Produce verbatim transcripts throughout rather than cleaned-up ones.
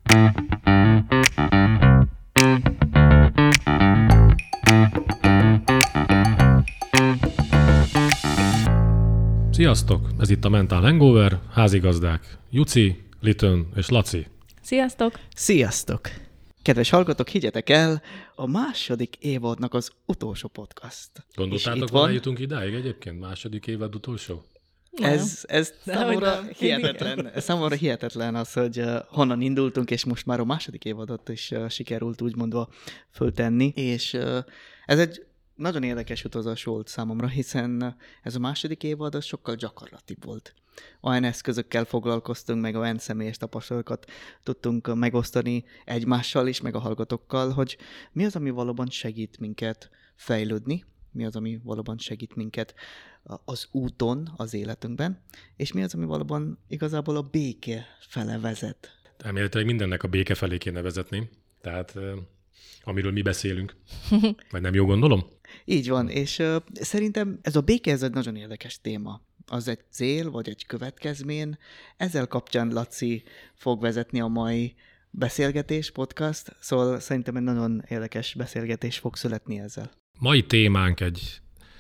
Sziasztok! Ez itt a Mental Hangover, házigazdák Juci, Litön és Laci. Sziasztok! Sziasztok! Kedves hallgatók, higgyetek el, a második évadnak az utolsó podcast. Gondoltátok, hogy eljutunk idáig egyébként? Második évad utolsó? Ez, ez számomra nem. hihetetlen. Ez számomra hihetetlen az, hogy uh, honnan indultunk, és most már a második évadot is uh, sikerült úgymondva föltenni, és uh, ez egy nagyon érdekes utazás volt számomra, hiszen ez a második évad az sokkal gyakorlatibb volt. Olyan eszközökkel foglalkoztunk, meg olyan személyes tapasztalatokat tudtunk megosztani egymással is, meg a hallgatókkal, hogy mi az, ami valóban segít minket fejlődni, mi az, ami valóban segít minket az úton, az életünkben, és mi az, ami valóban igazából a béke fele vezet. Elméletileg mindennek a béke felé kéne vezetni, tehát amiről mi beszélünk. Vagy nem jó gondolom? Így van, és uh, szerintem ez a béke, ez egy nagyon érdekes téma. Az egy cél, vagy egy következmény. Ezzel kapcsán Laci fog vezetni a mai beszélgetés, podcast, szóval szerintem egy nagyon érdekes beszélgetés fog születni ezzel. Mai témánk egy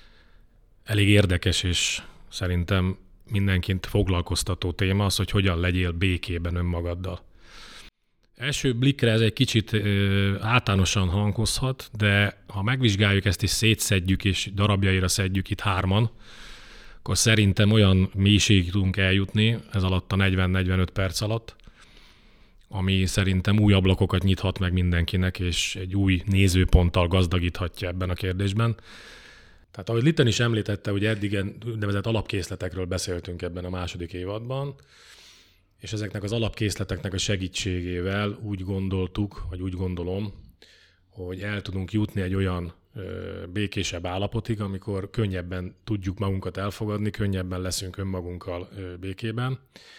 elég érdekes, és szerintem mindenkit foglalkoztató téma az, hogy hogyan legyél békében önmagaddal. Első blikre ez egy kicsit ö, általánosan hangozhat, de ha megvizsgáljuk ezt és szétszedjük és darabjaira szedjük itt hárman, akkor szerintem olyan mélységig tudunk eljutni ez alatt a negyven-negyvenöt perc alatt, ami szerintem új ablakokat nyithat meg mindenkinek, és egy új nézőponttal gazdagíthatja ebben a kérdésben. Tehát ahogy Litten is említette, hogy eddig nevezett alapkészletekről beszéltünk ebben a második évadban, és ezeknek az alapkészleteknek a segítségével úgy gondoltuk, vagy úgy gondolom, hogy el tudunk jutni egy olyan ö, békésebb állapotig, amikor könnyebben tudjuk magunkat elfogadni, könnyebben leszünk önmagunkkal ö, békében.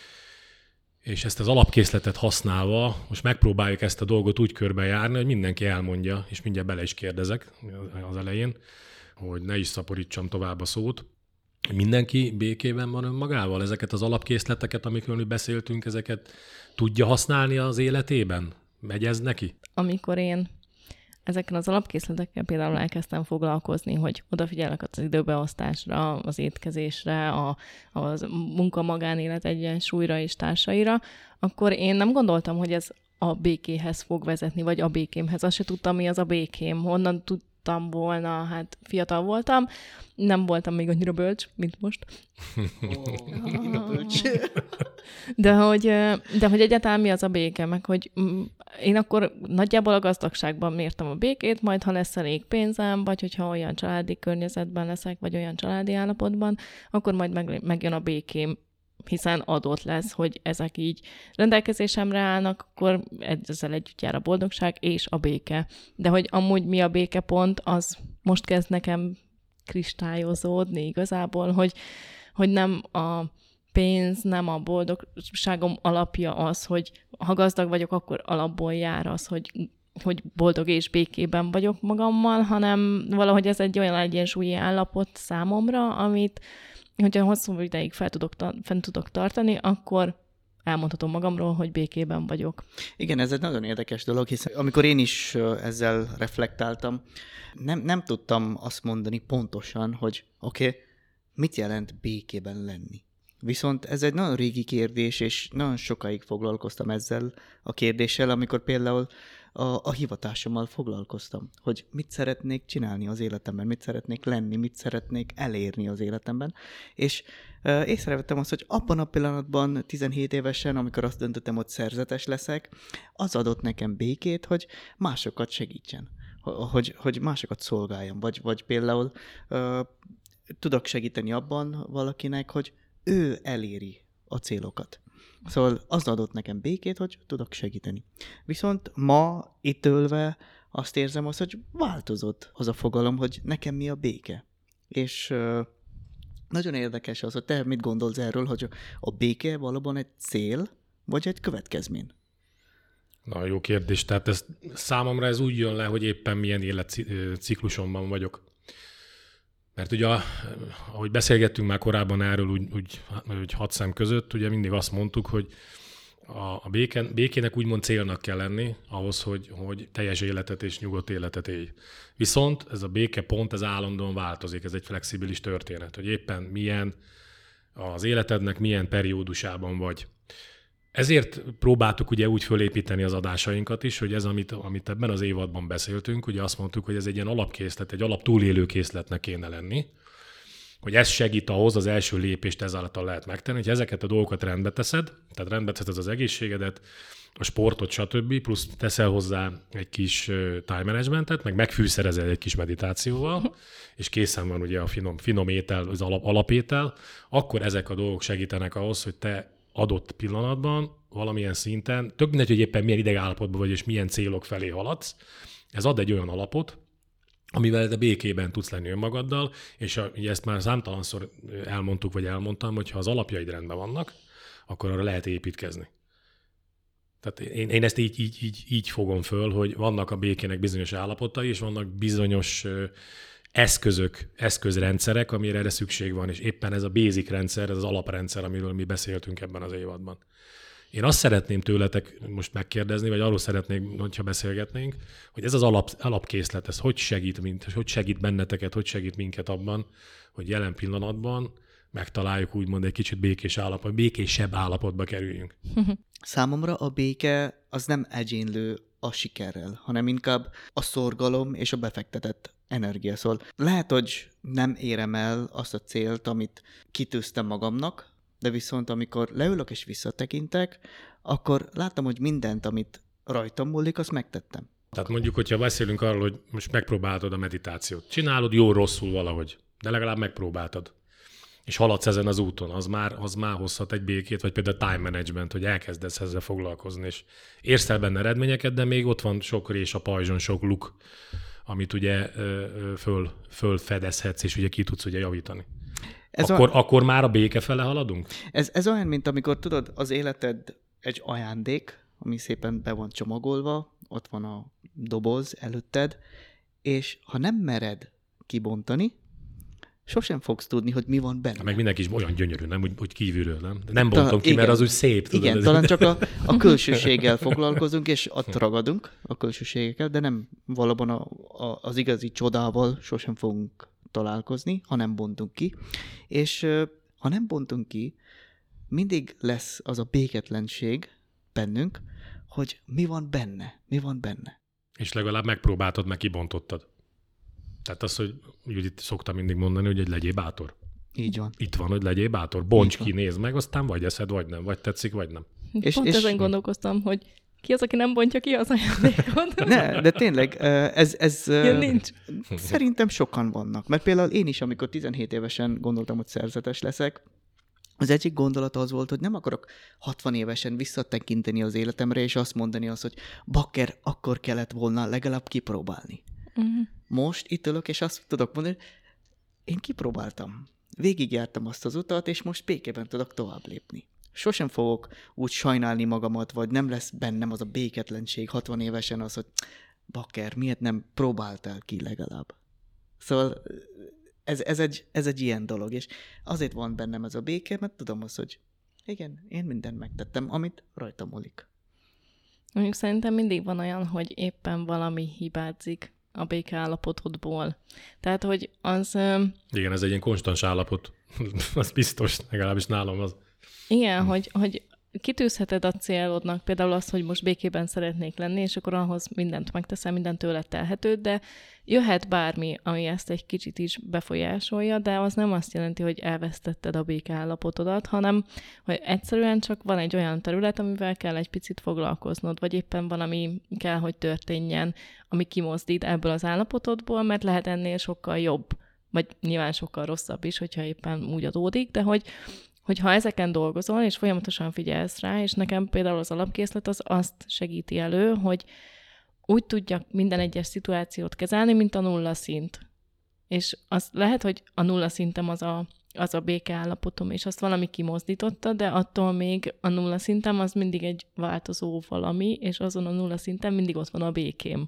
És ezt az alapkészletet használva most megpróbáljuk ezt a dolgot úgy körbejárni, hogy mindenki elmondja, és mindjárt bele is kérdezek az elején, hogy ne is szaporítsam tovább a szót. Mindenki békében van önmagával? Ezeket az alapkészleteket, amikről mi beszéltünk, ezeket tudja használni az életében? Megy ez neki? Amikor én ezekkel az alapkészletekkel például elkezdtem foglalkozni, hogy odafigyelek az időbeosztásra, az étkezésre, a, a munka-magánélet egyensúlyra és társaira, akkor én nem gondoltam, hogy ez a békéhez fog vezetni, vagy a békémhez. Azt se tudtam, mi az a békém. Honnan tudtam volna, hát fiatal voltam, nem voltam még annyira bölcs, mint most. Oh, bölcs. De hogy, de hogy egyáltalán mi az a béke, meg hogy én akkor nagyjából a gazdagságban mértem a békét, majd ha lesz elég pénzem, vagy hogyha olyan családi környezetben leszek, vagy olyan családi állapotban, akkor majd meg, megjön a békém, hiszen adott lesz, hogy ezek így rendelkezésemre állnak, akkor ezzel együtt jár a boldogság és a béke. De hogy amúgy mi a békepont, az most kezd nekem kristályozódni igazából, hogy, hogy nem a pénz, nem a boldogságom alapja az, hogy ha gazdag vagyok, akkor alapból jár az, hogy, hogy boldog és békében vagyok magammal, hanem valahogy ez egy olyan egyensúlyi állapot számomra, amit hogyha hosszú ideig fel tudok, fent tudok tartani, akkor elmondhatom magamról, hogy békében vagyok. Igen, ez egy nagyon érdekes dolog, hiszen amikor én is ezzel reflektáltam, nem, nem tudtam azt mondani pontosan, hogy oké, okay, mit jelent békében lenni. Viszont ez egy nagyon régi kérdés, és nagyon sokáig foglalkoztam ezzel a kérdéssel, amikor például a, a hivatásommal foglalkoztam, hogy mit szeretnék csinálni az életemben, mit szeretnék lenni, mit szeretnék elérni az életemben. És uh, észrevettem azt, hogy abban a pillanatban, tizenhét évesen, amikor azt döntöttem, hogy szerzetes leszek, az adott nekem békét, hogy másokat segítsen, hogy, hogy másokat szolgáljam, vagy, vagy például uh, tudok segíteni abban valakinek, hogy ő eléri a célokat. Szóval az adott nekem békét, hogy tudok segíteni. Viszont ma itt ülve azt érzem azt, hogy változott az a fogalom, hogy nekem mi a béke. És uh, nagyon érdekes az, hogy te mit gondolsz erről, hogy a béke valóban egy cél, vagy egy következmény? Na, jó kérdés. Tehát ez, számomra ez úgy jön le, hogy éppen milyen életciklusomban vagyok. Mert ugye, ahogy beszélgettünk már korábban erről úgy, úgy, úgy hat szem között, ugye mindig azt mondtuk, hogy A, a béken, békének úgymond célnak kell lenni ahhoz, hogy, hogy teljes életet és nyugodt életet élj. Viszont ez a békepont, ez állandóan változik, ez egy flexibilis történet, hogy éppen milyen az életednek milyen periódusában vagy. Ezért próbáltuk ugye úgy fölépíteni az adásainkat is, hogy ez, amit, amit ebben az évadban beszéltünk, ugye azt mondtuk, hogy ez egy ilyen alapkészlet, egy alap túlélő készletnek kéne lenni, hogy ez segít ahhoz, az első lépést ezáltal lehet megtenni, hogy ezeket a dolgokat rendbe teszed, tehát rendbe teszed az egészségedet, a sportot, stb., plusz teszel hozzá egy kis time managementet, meg megfűszerezel egy kis meditációval, és készen van ugye a finom, finom étel, az alap, alapétel, akkor ezek a dolgok segítenek ahhoz, hogy te adott pillanatban valamilyen szinten, tök mindegy, hogy éppen milyen idegállapotban vagy, és milyen célok felé haladsz, ez ad egy olyan alapot, amivel te békében tudsz lenni önmagaddal, és a, ugye ezt már számtalanszor elmondtuk, vagy elmondtam, hogy ha az alapjaid rendben vannak, akkor arra lehet építkezni. Tehát én, én ezt így, így, így, így fogom föl, hogy vannak a békének bizonyos állapotai, és vannak bizonyos eszközök, eszközrendszerek, amire erre szükség van, és éppen ez a basic rendszer, ez az alaprendszer, amiről mi beszéltünk ebben az évadban. Én azt szeretném tőletek most megkérdezni, vagy arról szeretnék, hogyha beszélgetnénk, hogy ez az alap, alapkészlet, ez hogy segít, mint, hogy segít benneteket, hogy segít minket abban, hogy jelen pillanatban megtaláljuk úgymond egy kicsit békés állapot, békésebb állapotba kerüljünk. Számomra a béke az nem egyenlő a sikerrel, hanem inkább a szorgalom és a befektetett energia. Szóval lehet, hogy nem érem el azt a célt, amit kitűztem magamnak, de viszont amikor leülök és visszatekintek, akkor látom, hogy mindent, amit rajtam múlik, azt megtettem. Tehát mondjuk, hogyha beszélünk arról, hogy most megpróbáltad a meditációt, csinálod jó-rosszul valahogy, de legalább megpróbáltad. És haladsz ezen az úton, az már, az már hozhat egy békét, vagy például a time management, hogy elkezdesz ezzel foglalkozni, és érsz el benne eredményeket, de még ott van sok rés a pajzson, sok luk, amit ugye föl, fölfedezhetsz, és ugye ki tudsz ugye javítani. Ez akkor, a... akkor már a béke fele haladunk? Ez, ez olyan, mint amikor tudod, az életed egy ajándék, ami szépen be van csomagolva, ott van a doboz előtted, és ha nem mered kibontani, sosem fogsz tudni, hogy mi van benne. Meg mindenki is olyan gyönyörű, nem? Úgy, úgy kívülről, nem? De nem bontom Ta, ki, igen, mert az úgy szép. Tudod, igen, talán csak a, a külsőséggel foglalkozunk, és ott ragadunk a külsőségekkel, de nem valóban a, a, az igazi csodával sosem fogunk találkozni, ha nem bontunk ki. És ha nem bontunk ki, mindig lesz az a béketlenség bennünk, hogy mi van benne, mi van benne. És legalább megpróbáltad, meg kibontottad. Tehát az, hogy úgy itt szoktam mindig mondani, hogy egy legyél bátor. Így van. Itt van, hogy legyél bátor. Bonts ki, nézd meg, aztán vagy eszed, vagy nem, vagy tetszik, vagy nem. És, Pont és ezen gondolkoztam, hogy ki az, aki nem bontja ki az ajándékot? Ne, de tényleg, ez... ez ja, nincs. Szerintem sokan vannak. Mert például én is, amikor tizenhét évesen gondoltam, hogy szerzetes leszek, az egyik gondolat az volt, hogy nem akarok hatvan évesen visszatekinteni az életemre, és azt mondani azt, hogy bakker, akkor kellett volna legalább kipróbálni. Uh-huh. Most itt ülök, és azt tudok mondani, hogy én kipróbáltam. Végigjártam azt az utat, és most békében tudok tovább lépni. Sosem fogok úgy sajnálni magamat, vagy nem lesz bennem az a béketlenség hatvan évesen az, hogy bakker, miért nem próbáltál ki legalább. Szóval ez, ez, egy, ez egy ilyen dolog, és azért van bennem ez a béke, mert tudom azt, hogy igen, én mindent megtettem, amit rajta múlik. Mondjuk szerintem mindig van olyan, hogy éppen valami hibázik a béke állapotodból. Tehát, hogy az... Igen, ez egy ilyen konstans állapot. Az biztos, legalábbis nálam az. Igen, hm. hogy, hogy kitűzheted a célodnak, például az, hogy most békében szeretnék lenni, és akkor ahhoz mindent megteszem, mindent tőled telhetőd, de jöhet bármi, ami ezt egy kicsit is befolyásolja, de az nem azt jelenti, hogy elvesztetted a békeállapotodat, hanem hogy egyszerűen csak van egy olyan terület, amivel kell egy picit foglalkoznod, vagy éppen van, ami kell, hogy történjen, ami kimozdít ebből az állapotodból, mert lehet ennél sokkal jobb, vagy nyilván sokkal rosszabb is, hogyha éppen úgy adódik, de hogy hogyha ezeken dolgozol, és folyamatosan figyelsz rá, és nekem például az alapkészlet az azt segíti elő, hogy úgy tudjak minden egyes szituációt kezelni, mint a nulla szint. És az lehet, hogy a nulla szintem az a, az a békeállapotom, és azt valami kimozdította, de attól még a nulla szintem az mindig egy változó valami, és azon a nulla szinten mindig ott van a békém.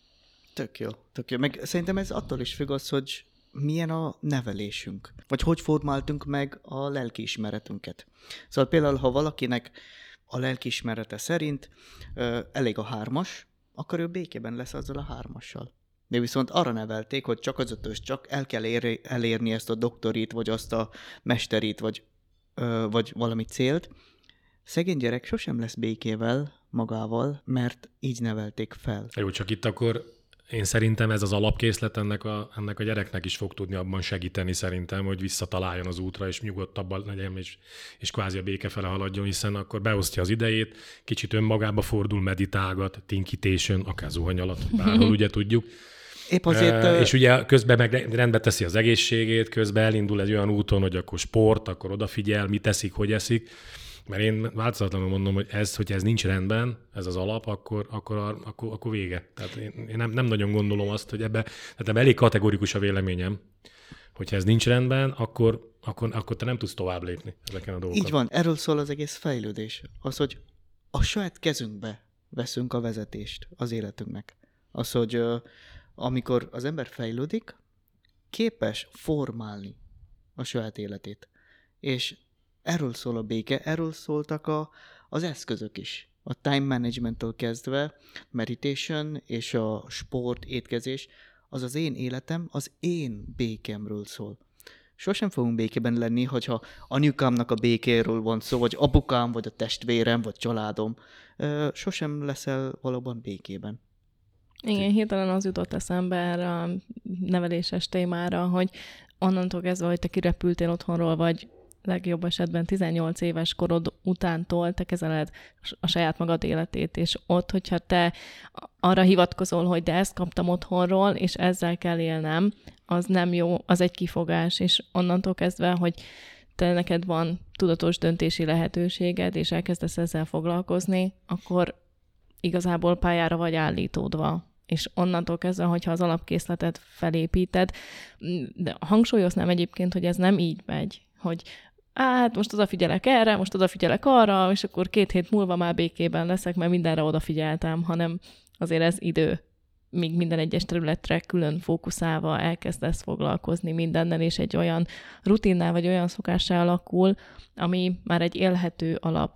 Tök jó, tök jó. Meg szerintem ez attól is függ az, hogy milyen a nevelésünk, vagy hogy formáltunk meg a lelkiismeretünket. Szóval például, ha valakinek a lelkiismerete szerint ö, elég a hármas, akkor ő békében lesz azzal a hármassal. De viszont arra nevelték, hogy csak az ötös, csak el kell ér, elérni ezt a doktorit, vagy azt a mesterit, vagy, ö, vagy valami célt. Szegény gyerek sosem lesz békével magával, mert így nevelték fel. Jó, csak itt akkor én szerintem ez az alapkészlet ennek a, ennek a gyereknek is fog tudni abban segíteni szerintem, hogy visszataláljon az útra, és nyugodtabban legyen, és, és kvázi a béke fele haladjon, hiszen akkor beosztja az idejét, kicsit önmagába fordul, meditálgat, tinkitation, akár zuhany alatt, bárhol ugye tudjuk. Épp azért, e, és ugye közben meg rendbe teszi az egészségét, közben elindul egy olyan úton, hogy akkor sport, akkor odafigyel, mit teszik, hogy eszik. Mert én változatlanul mondom, hogy ez, hogyha ez nincs rendben, ez az alap, akkor, akkor, akkor, akkor vége. Tehát én, én nem, nem nagyon gondolom azt, hogy ebbe, tehát ebbe elég kategórikus a véleményem, hogyha ez nincs rendben, akkor, akkor, akkor te nem tudsz tovább lépni ezeken a dolgokat. Így van, erről szól az egész fejlődés. Az, hogy a saját kezünkbe veszünk a vezetést az életünknek. Az, hogy uh, amikor az ember fejlődik, képes formálni a saját életét. És erről szól a béke, erről szóltak a, az eszközök is. A time managementtől kezdve, meditation és a sport, étkezés, az az én életem, az én békemről szól. Sosem fogunk békében lenni, hogyha anyukámnak a békéről van szó, vagy apukám, vagy a testvérem, vagy családom. Sosem leszel valóban békében. Igen, hirtelen az jutott eszembe erre a neveléses témára, hogy onnantól kezdve, hogy te kirepültél otthonról, vagy legjobb esetben tizennyolc éves korod utántól te kezeled a saját magad életét, és ott, hogyha te arra hivatkozol, hogy de ezt kaptam otthonról, és ezzel kell élnem, az nem jó, az egy kifogás, és onnantól kezdve, hogy te neked van tudatos döntési lehetőséged, és elkezdesz ezzel foglalkozni, akkor igazából pályára vagy állítódva. És onnantól kezdve, hogyha az alapkészletet felépíted, de hangsúlyoznám egyébként, hogy ez nem így megy, hogy hát most odafigyelek erre, most odafigyelek arra, és akkor két hét múlva már békében leszek, mert mindenre odafigyeltem, hanem azért ez idő, míg minden egyes területre külön fókuszálva elkezdesz foglalkozni mindennel, és egy olyan rutinnál vagy olyan szokássá alakul, ami már egy élhető alap.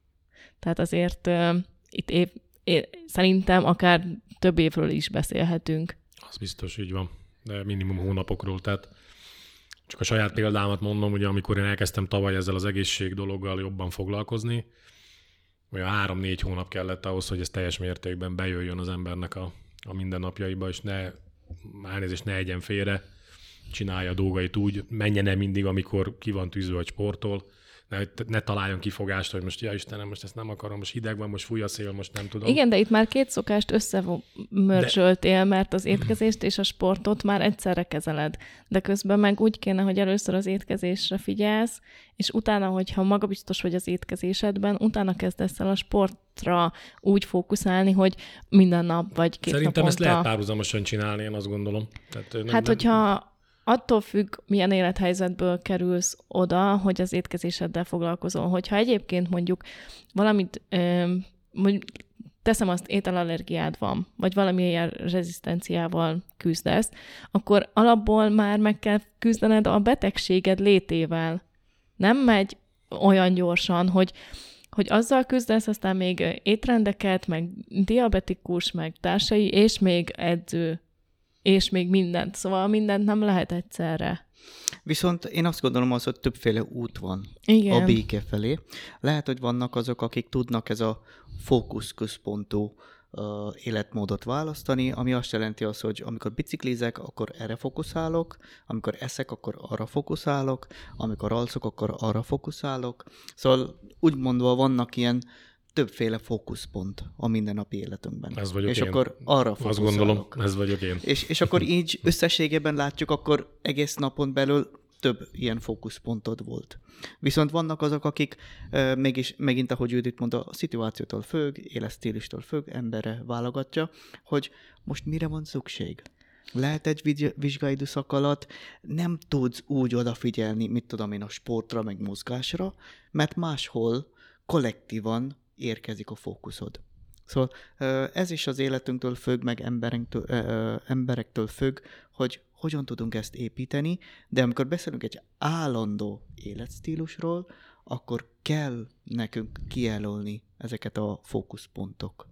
Tehát azért uh, itt év, é, szerintem akár több évről is beszélhetünk. Az biztos, így van, de minimum hónapokról, tehát csak a saját példámat mondom, ugye amikor én elkezdtem tavaly ezzel az egészség dologgal jobban foglalkozni, olyan három-négy hónap kellett ahhoz, hogy ez teljes mértékben bejöjjön az embernek a, a mindennapjaiba, és ne, elnézést, ne egyen félre, csinálja a dolgait úgy, menjen el mindig, amikor ki van tűzve, vagy sportol, ne, ne találjon kifogást, hogy most, ja Istenem, most ezt nem akarom, most hideg van, most fúj a szél, most nem tudom. Igen, de itt már két szokást összemörcsöltél, de... mert az étkezést és a sportot már egyszerre kezeled. De közben meg úgy kéne, hogy először az étkezésre figyelsz, és utána, hogyha magabiztos vagy az étkezésedben, utána kezdesz el a sportra úgy fókuszálni, hogy minden nap vagy két Szerintem naponta... ezt lehet párhuzamosan csinálni, én azt gondolom. Tehát nem, hát, nem... hogyha... Attól függ, milyen élethelyzetből kerülsz oda, hogy az étkezéseddel foglalkozol. Hogyha egyébként mondjuk valamit, mondjuk teszem azt, ételallergiád van, vagy valamilyen rezisztenciával küzdesz, akkor alapból már meg kell küzdened a betegséged létével. Nem megy olyan gyorsan, hogy, hogy azzal küzdesz, aztán még étrendeket, meg diabetikus, meg társai, és még edző, és még mindent. Szóval mindent nem lehet egyszerre. Viszont én azt gondolom, az, hogy többféle út van Igen. a béke felé. Lehet, hogy vannak azok, akik tudnak ez a fókuszközpontú uh, életmódot választani, ami azt jelenti az, hogy amikor biciklizek, akkor erre fókuszálok, amikor eszek, akkor arra fókuszálok, amikor alszok, akkor arra fókuszálok. Szóval úgy mondva vannak ilyen többféle fókuszpont a mindennapi életünkben. Ez vagyok és én. akkor arra fókuszálok. Azt gondolom, ez vagyok én. És, és akkor így összességében látjuk, akkor egész napon belül több ilyen fókuszpontod volt. Viszont vannak azok, akik euh, mégis, megint, ahogy Judit mondta, a szituációtól függ, életstílistől függ, emberre válogatja, hogy most mire van szükség. Lehet egy vizsgai időszak alatt nem tudsz úgy odafigyelni, mit tudom én, a sportra, meg mozgásra, mert máshol kollektívan érkezik a fókuszod. Szóval ez is az életünktől függ, meg emberektől, emberektől függ, hogy hogyan tudunk ezt építeni, de amikor beszélünk egy állandó életstílusról, akkor kell nekünk kijelölni ezeket a fókuszpontok.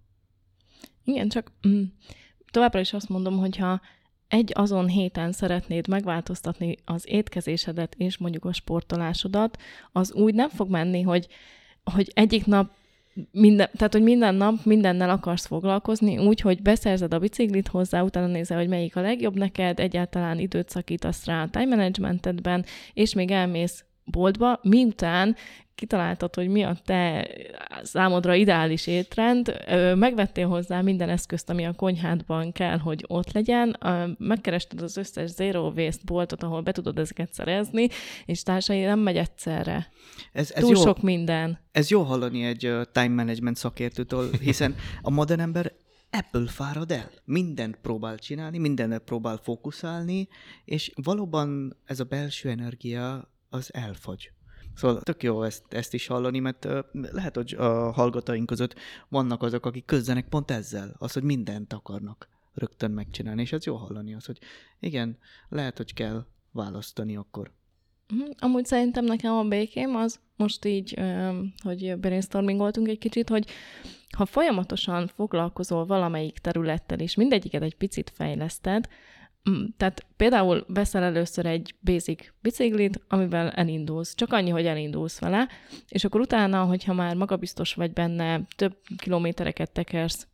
Igen, csak mm, továbbra is azt mondom, hogyha egy azon héten szeretnéd megváltoztatni az étkezésedet és mondjuk a sportolásodat, az úgy nem fog menni, hogy, hogy egyik nap Minden, tehát, hogy minden nap mindennel akarsz foglalkozni, úgy, hogy beszerzed a biciklit hozzá, utána nézel, hogy melyik a legjobb neked, egyáltalán időt szakítasz rá a time managementedben, és még elmész boltba, miután kitaláltad, hogy mi a te számodra ideális étrend, megvettél hozzá minden eszközt, ami a konyhádban kell, hogy ott legyen, megkerested az összes zero waste boltot, ahol be tudod ezeket szerezni, és társai nem megy egyszerre. Ez, ez Túl jó, sok minden. Ez jó hallani egy time management szakértőtől, hiszen a modern ember ebből fárad el. Mindent próbál csinálni, mindenre próbál fókuszálni, és valóban ez a belső energia az elfogy. Szóval tök jó ezt, ezt is hallani, mert uh, lehet, hogy a hallgatóink között vannak azok, akik közzenek pont ezzel, az, hogy mindent akarnak rögtön megcsinálni, és ez jó hallani az, hogy igen, lehet, hogy kell választani akkor. Amúgy szerintem nekem a békém az most így, hogy brainstormingoltunk egy kicsit, hogy ha folyamatosan foglalkozol valamelyik területtel, és mindegyiket egy picit fejleszted, tehát például veszel először egy basic biciklit, amivel elindulsz. Csak annyi, hogy elindulsz vele, és akkor utána, hogyha már magabiztos vagy benne, több kilométereket tekersz,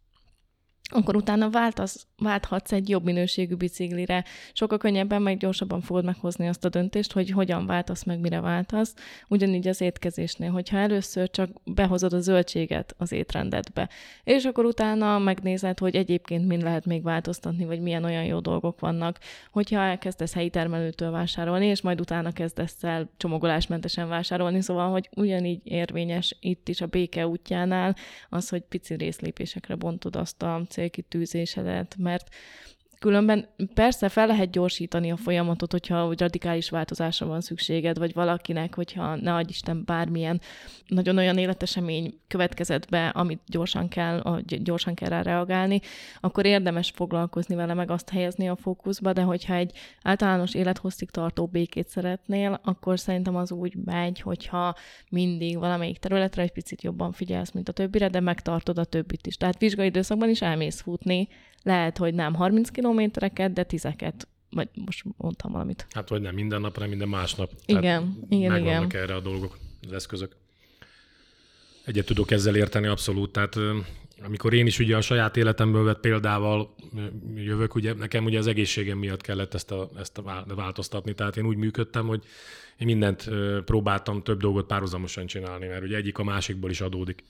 akkor utána váltasz, válthatsz egy jobb minőségű biciklire. Sokkal könnyebben, meg gyorsabban fogod meghozni azt a döntést, hogy hogyan váltasz meg, mire váltasz. Ugyanígy az étkezésnél, hogyha először csak behozod a zöldséget az étrendedbe, és akkor utána megnézed, hogy egyébként mind lehet még változtatni, vagy milyen olyan jó dolgok vannak, hogyha elkezdesz helyi termelőtől vásárolni, és majd utána kezdesz el csomagolásmentesen vásárolni, szóval, hogy ugyanígy érvényes itt is a béke útjánál az, hogy pici részlépésekre bontod azt a célkitűzésedet, mert különben persze fel lehet gyorsítani a folyamatot, hogyha hogy radikális változásra van szükséged, vagy valakinek, hogyha ne adj Isten bármilyen nagyon olyan életesemény következett be, amit gyorsan kell, gyorsan kell rá reagálni, akkor érdemes foglalkozni vele, meg azt helyezni a fókuszba, de hogyha egy általános élethosszig tartó békét szeretnél, akkor szerintem az úgy megy, hogyha mindig valamelyik területre egy picit jobban figyelsz, mint a többire, de megtartod a többit is. Tehát vizsgai időszakban is elmész futni, lehet, hogy nem harminc kilométereket, de tízeket, vagy most mondtam valamit. Hát, vagy nem minden nap, hanem minden másnap. Igen, Tehát igen, megvannak igen. erre a dolgok, az eszközök. Egyet tudok ezzel érteni abszolút. Tehát amikor én is ugye a saját életemből vett példával jövök, ugye nekem ugye az egészségem miatt kellett ezt a, ezt a változtatni. Tehát én úgy működtem, hogy én mindent próbáltam, több dolgot párhuzamosan csinálni, mert ugye egyik a másikból is adódik.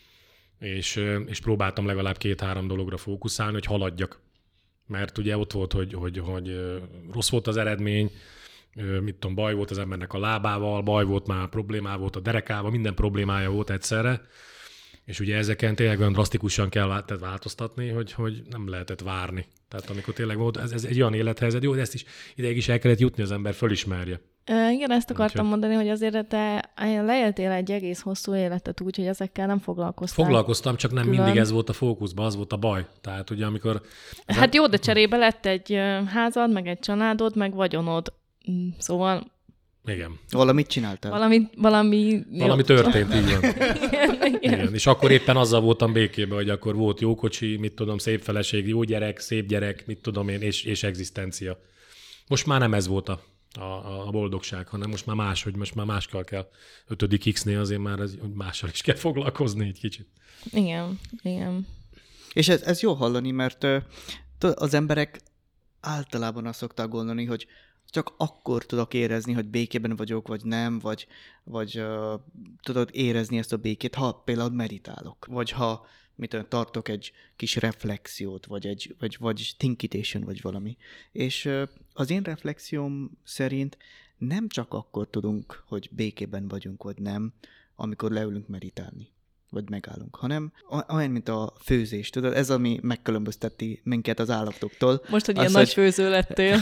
És, és próbáltam legalább két-három dologra fókuszálni, hogy haladjak. Mert ugye ott volt, hogy, hogy, hogy rossz volt az eredmény, mit tudom, baj volt az embernek a lábával, baj volt már, problémá volt a derekával, minden problémája volt egyszerre. És ugye ezeken tényleg olyan drasztikusan kell változtatni, hogy, hogy nem lehetett várni. Tehát amikor tényleg volt, ez, ez egy olyan élethelyzet, jó, de ezt is ideig is el kellett jutni, az ember fölismerje. Uh, igen, ezt akartam Úgyhogy... mondani, hogy azért te leéltél egy egész hosszú életet úgy, hogy ezekkel nem foglalkoztál. Foglalkoztam, csak nem külön. mindig ez volt a fókuszban, az volt a baj. Tehát ugye amikor... Hát jó, de cserébe lett egy házad, meg egy családod, meg vagyonod. Szóval... Igen. Valamit csináltál. Valami, valami... Valami történt, így van. igen, igen. Igen. És akkor éppen azzal voltam békében, hogy akkor volt jó kocsi, mit tudom, szép feleség, jó gyerek, szép gyerek, mit tudom én, és, és egzisztencia. Most már nem ez volt a, a, a boldogság, hanem most már más, hogy most már máskal kell ötödik X-nél azért már ez, hogy mással is kell foglalkozni egy kicsit. Igen, igen. És ez, ez jó hallani, mert az emberek általában azt szokták gondolni, hogy csak akkor tudok érezni, hogy békében vagyok, vagy nem, vagy, vagy uh, tudod érezni ezt a békét, ha például meditálok, vagy ha mit tudom, tartok egy kis reflexiót, vagy egy vagy, vagy thinkitation, vagy valami. És uh, az én reflexióm szerint nem csak akkor tudunk, hogy békében vagyunk, vagy nem, amikor leülünk meditálni, vagy megállunk, hanem olyan, mint a főzés, tudod, ez, ami megkülönbözteti minket az állatoktól. Most, hogy az, ilyen hogy... nagy főző lettél.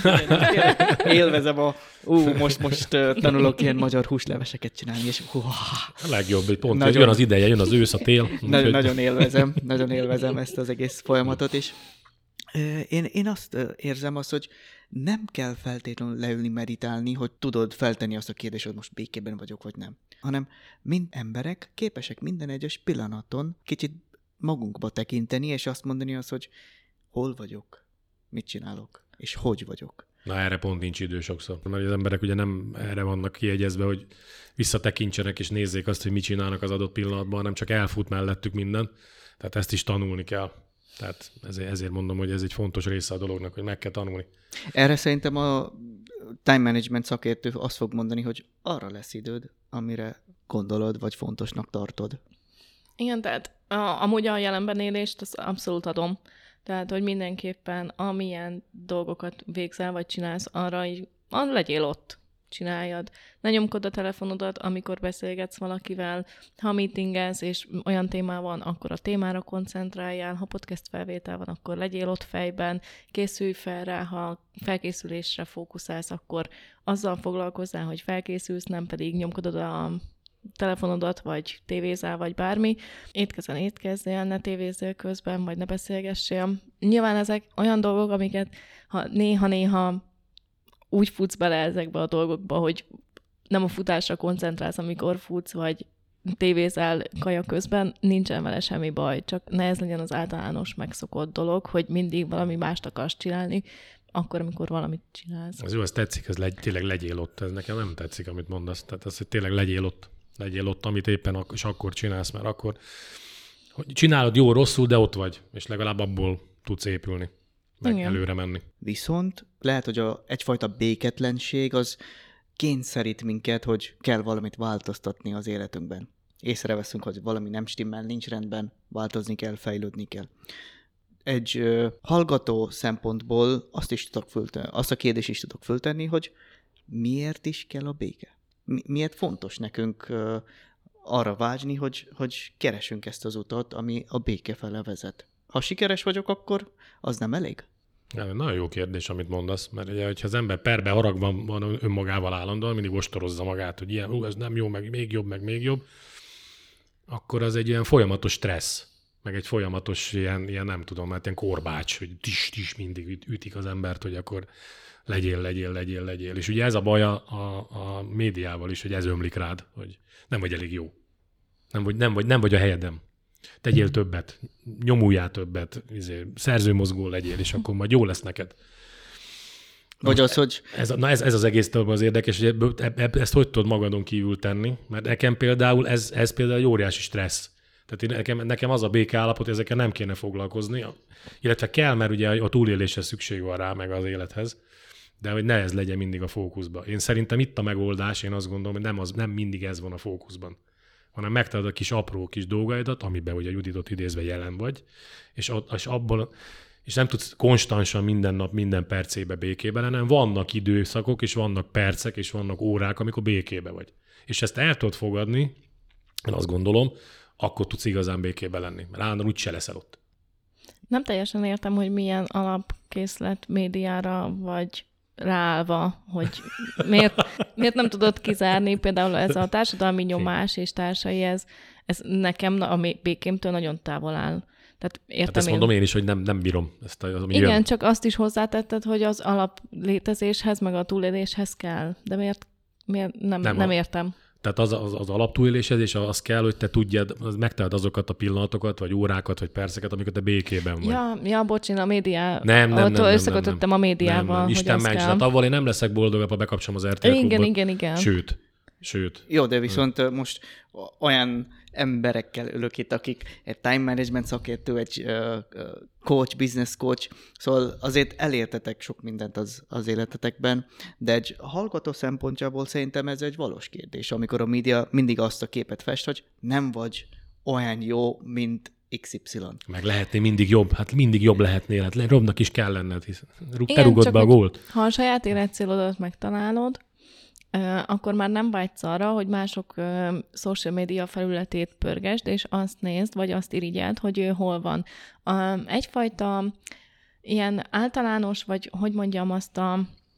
Élvezem a, ú, most, most tanulok ilyen magyar húsleveseket csinálni, és hú, a legjobb, hogy pont nagyon, jön az ideje, jön az ősz, a tél. Nagyon, nagyon élvezem, nagyon élvezem ezt az egész folyamatot, és én, én azt érzem azt, hogy nem kell feltétlenül leülni meditálni, hogy tudod feltenni azt a kérdést, hogy most békében vagyok, vagy nem. hanem mind emberek képesek minden egyes pillanaton kicsit magunkba tekinteni, és azt mondani azt, hogy hol vagyok, mit csinálok, és hogy vagyok. Na erre pont nincs idő sokszor, mert az emberek ugye nem erre vannak kiegyezve, hogy visszatekintsenek és nézzék azt, hogy mit csinálnak az adott pillanatban, hanem csak elfut mellettük minden. Tehát ezt is tanulni kell. Tehát ezért, ezért mondom, hogy ez egy fontos része a dolognak, hogy meg kell tanulni. Erre szerintem a time management szakértő azt fog mondani, hogy arra lesz időd, amire gondolod, vagy fontosnak tartod. Igen, tehát a, amúgy a jelenben élést azt abszolút adom. Tehát, hogy mindenképpen amilyen dolgokat végzel, vagy csinálsz, arra így, arra legyél ott, csináljad. Ne nyomkod a telefonodat, amikor beszélgetsz valakivel, ha meetingelsz, és olyan téma van, akkor a témára koncentráljál, ha podcast felvétel van, akkor legyél ott fejben, készülj fel rá, ha felkészülésre fókuszálsz, akkor azzal foglalkozzál, hogy felkészülsz, nem pedig nyomkodod a telefonodat, vagy tévézel, vagy bármi. Étkezen étkezzél, ne tévézzél közben, vagy ne beszélgessél. Nyilván ezek olyan dolgok, amiket ha néha-néha úgy futsz bele ezekbe a dolgokba, hogy nem a futásra koncentrálsz, amikor futsz, vagy tévézel kaja közben, nincsen vele semmi baj, csak ne ez legyen az általános megszokott dolog, hogy mindig valami mást akarsz csinálni, akkor, amikor valamit csinálsz. Az jó, ez tetszik, ez legy, tényleg legyél ott. Ez nekem nem tetszik, amit mondasz. Tehát az, hogy tényleg legyél ott. Legyél ott, amit éppen ak- és akkor csinálsz, mert akkor hogy csinálod jó, rosszul, de ott vagy, és legalább abból tudsz épülni, meg Igen. előre menni. Viszont lehet, hogy a, egyfajta béketlenség az kényszerít minket, hogy kell valamit változtatni az életünkben. Észreveszünk, hogy valami nem stimmel, nincs rendben, változni kell, fejlődni kell. Egy ö, hallgató szempontból azt, is tudok föltenni, azt a kérdést is tudok föltenni, hogy miért is kell a béke? Mi, miért fontos nekünk ö, arra vágyni, hogy, hogy keresünk ezt az utat, ami a béke fele vezet? Ha sikeres vagyok, akkor az nem elég? Ja, nagyon jó kérdés, amit mondasz, mert ugye, hogyha az ember perbe haragban van önmagával állandóan, mindig ostorozza magát, hogy ilyen, hú, ez nem jó, meg még jobb, meg még jobb, akkor az egy ilyen folyamatos stressz, meg egy folyamatos ilyen, ilyen nem tudom, hát ilyen korbács, hogy tis-tis mindig ütik az embert, hogy akkor legyél, legyél, legyél, legyél. És ugye ez a baj a, a, a médiával is, hogy ez ömlik rád, hogy nem vagy elég jó. Nem vagy, nem vagy, nem vagy a helyedem. Tegyél többet, nyomuljál többet, izé, szerzőmozgó legyél, és akkor majd jó lesz neked. Vagy az, hogy... Ez, na ez, ez az egész az érdekes, hogy ebből, ebb, ezt hogy tudod magadon kívül tenni, mert nekem például ez, ez például egy óriási stressz. Tehát én, nekem, nekem az a békeállapot, hogy ezekkel nem kéne foglalkozni, illetve kell, mert ugye a túléléshez szükség van rá, meg az élethez, de hogy ne ez legyen mindig a fókuszban. Én szerintem itt a megoldás, én azt gondolom, hogy nem, az, nem mindig ez van a fókuszban, hanem megtalálod a kis apró kis dolgaidat, amiben ugye Juditot idézve jelen vagy, és, és abból, és nem tudsz konstansan minden nap, minden percébe békében, hanem vannak időszakok, és vannak percek, és vannak órák, amikor békébe vagy. És ezt el tudod fogadni, én azt gondolom, akkor tudsz igazán békében lenni, mert állandóan úgy se leszel ott. Nem teljesen értem, hogy milyen alapkészlet médiára vagy ráállva, hogy miért, miért nem tudod kizárni, például ez a társadalmi nyomás és társai, ez, ez nekem a békémtől nagyon távol áll. Tehát értem hát ezt én. mondom én is, hogy nem, nem bírom ezt a... Ami Igen, jön. csak azt is hozzátetted, hogy az alaplétezéshez, meg a túléléshez kell. De miért, miért nem, nem, nem értem. Tehát az, az, az alaptúléléshez, és az kell, hogy te tudjad, az megtehet azokat a pillanatokat, vagy órákat, vagy perceket, amikor te békében vagy. Ja, ja bocs, én a médiá... Nem, nem, nem, nem, összekötöttem a médiával, nem, nem. hogy Isten az ments, kell. hát avval én nem leszek boldogabb, ha bekapcsolom az er té el Igen, klubot. igen, igen. Sőt, sőt. Jó, de viszont hmm. most olyan emberekkel ülök itt, akik egy time management szakértő, egy uh, coach, business coach, szóval azért elértetek sok mindent az, az életetekben, de egy hallgató szempontjából szerintem ez egy valós kérdés, amikor a média mindig azt a képet fest, hogy nem vagy olyan jó, mint iksz ipszilon. Meg lehetné mindig jobb, hát mindig jobb lehetnél, hát Robnak is kell lenned, hisz te rúgod be a gólt. Ha a saját életcélodat megtalálod, akkor már nem vágysz arra, hogy mások uh, social media felületét pörgesd, és azt nézd, vagy azt irigyeld, hogy ő hol van. Uh, egyfajta ilyen általános, vagy hogy mondjam, azt a